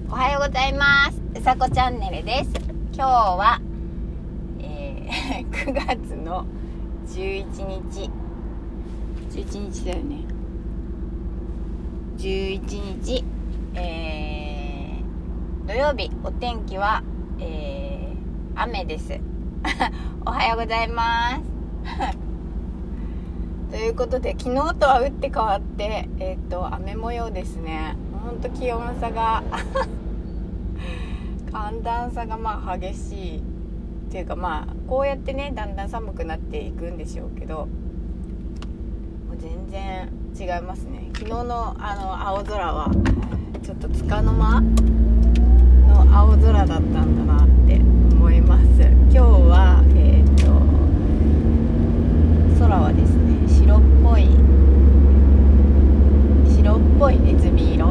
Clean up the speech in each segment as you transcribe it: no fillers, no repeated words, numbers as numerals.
おはようございます。うさこチャンネルです。今日は、9月の11日だよね。11日、土曜日、お天気は、雨ですおはようございますということで、昨日とは打って変わって、雨模様ですね。ほんと気温差が寒暖差が激しいっていうか、こうやってねだんだん寒くなっていくんでしょうけど、もう全然違いますね。昨日の青空はちょっと束の間の青空だったんだなって思います。今日は空はですね、白っぽいネズミ色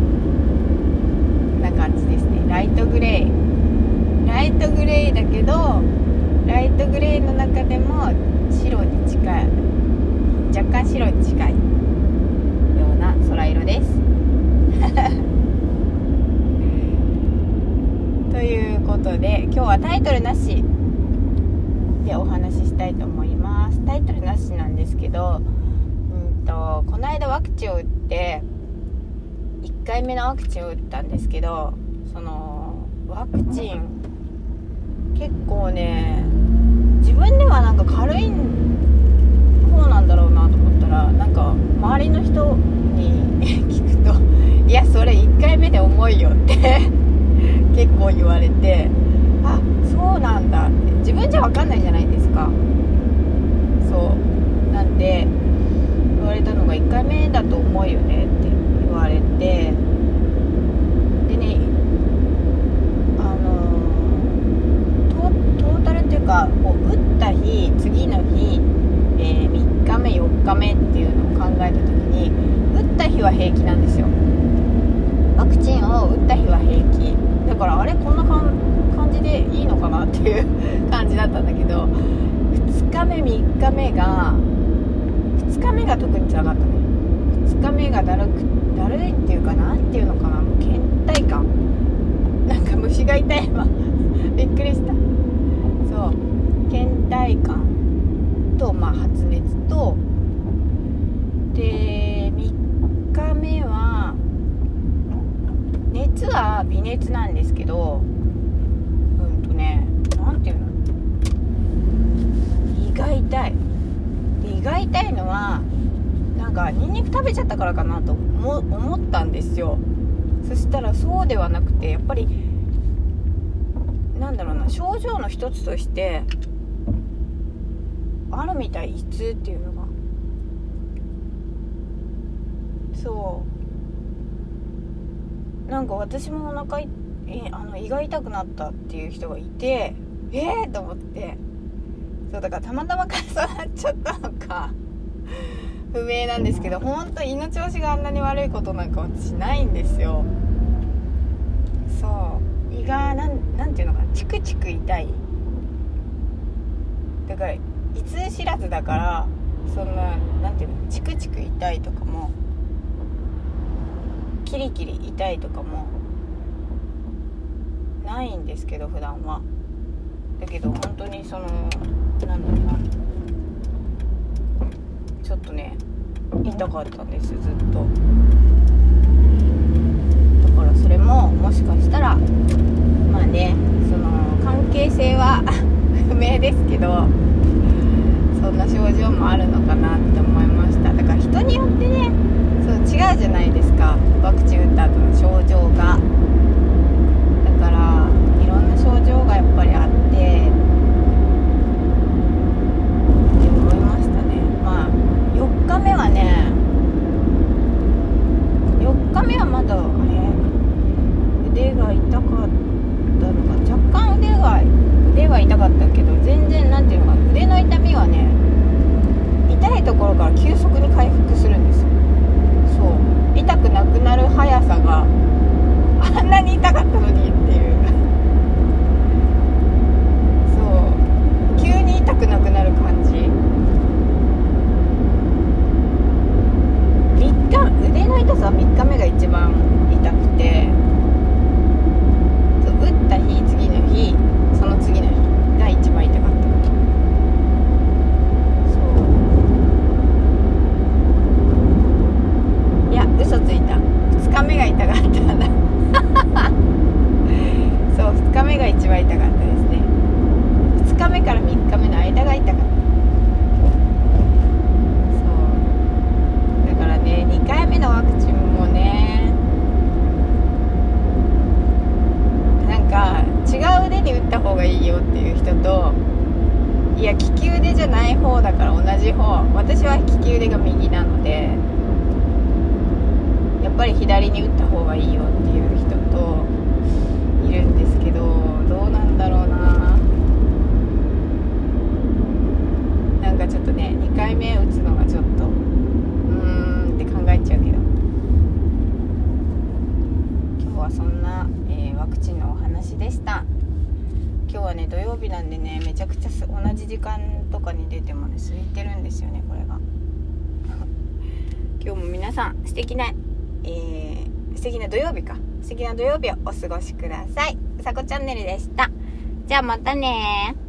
な感じですね。ライトグレーだけど、ライトグレーの中でも白に近い、若干白に近いような空色ですということで、今日はタイトルなしでお話ししたいと思います。タイトルなしなんですけど、この間ワクチンを打って、1回目のワクチンを打ったんですけど、そのワクチン結構ね、自分ではなんか軽い方なんだろうなと思ったら、なんか周りの人に聞くといやそれ1回目で重いよって結構言われて、あ、そうなんだって、自分じゃ分かんないじゃないですか。そうなんで言われたのが、1回目だと重いよねって言われて、でね、トータルっていうか、こう打った日、次の日、3日目4日目っていうのを考えた時に、打った日は平気なんですよ。ワクチンを打った日は平気だから、あれこんな感じでいいのかなっていう感じだったんだけど、2日目3日目が2日目が特に辛かったね。2日目がだるいっていうか、なんていうのかな、もう倦怠感、なんか虫が痛いわびっくりした。そう、倦怠感と、発熱と、で3日目は熱は微熱なんですけど、なんていうの、胃が痛い。胃が痛いのはなんかニンニク食べちゃったからかなと思ったんですよ。そしたらそうではなくて、やっぱりなんだろうな、症状の一つとしてあるみたい、胃痛っていうのが。そうなんか私もお腹胃が痛くなったっていう人がいて、と思って、そうだからたまたま重なっちゃったのか不明なんですけど、本当胃の調子があんなに悪いことなんか私ないんですよ。そう胃がなんていうのか、チクチク痛い。だから胃痛知らずだから、そんななんていうの、チクチク痛いとかもキリキリ痛いとかもないんですけど、普段は。だけど本当になんだろうな、ちょっとね痛かったんですよ、ずっと。だからそれももしかしたらその関係性は不明ですけど、そんな症状もあるのかなって思いました。だから人によってね、そう違うじゃないですか、ワクチン打った後の症状が。だからいろんな症状がやっぱりあってって思いましたね。4日目はね、4日目はまだ腕が痛かったのが、若干腕は痛かったけど、全然なんていうのか、腕の痛みはね、痛いところから急速に回復するんですよ。そう、痛くなくなる速さが痛かったなそう、2日目が一番痛かったですね。2日目から3日目の間が痛かった。そうだからね、2回目のワクチンもね、なんか違う腕に打った方がいいよっていう人と、いや利き腕じゃない方だから同じ方、私は利き腕が右なのでやっぱり左に打った方がいいよっていう人といるんですけど、どうなんだろうな。なんかちょっとね、2回目打つのがちょっとって考えちゃうけど、今日はそんな、ワクチンのお話でした。今日はね土曜日なんでね、めちゃくちゃ同じ時間とかに出てもね空いてるんですよね、これが今日も皆さん素敵な土曜日をお過ごしください。うさこチャンネルでした。じゃあまたね。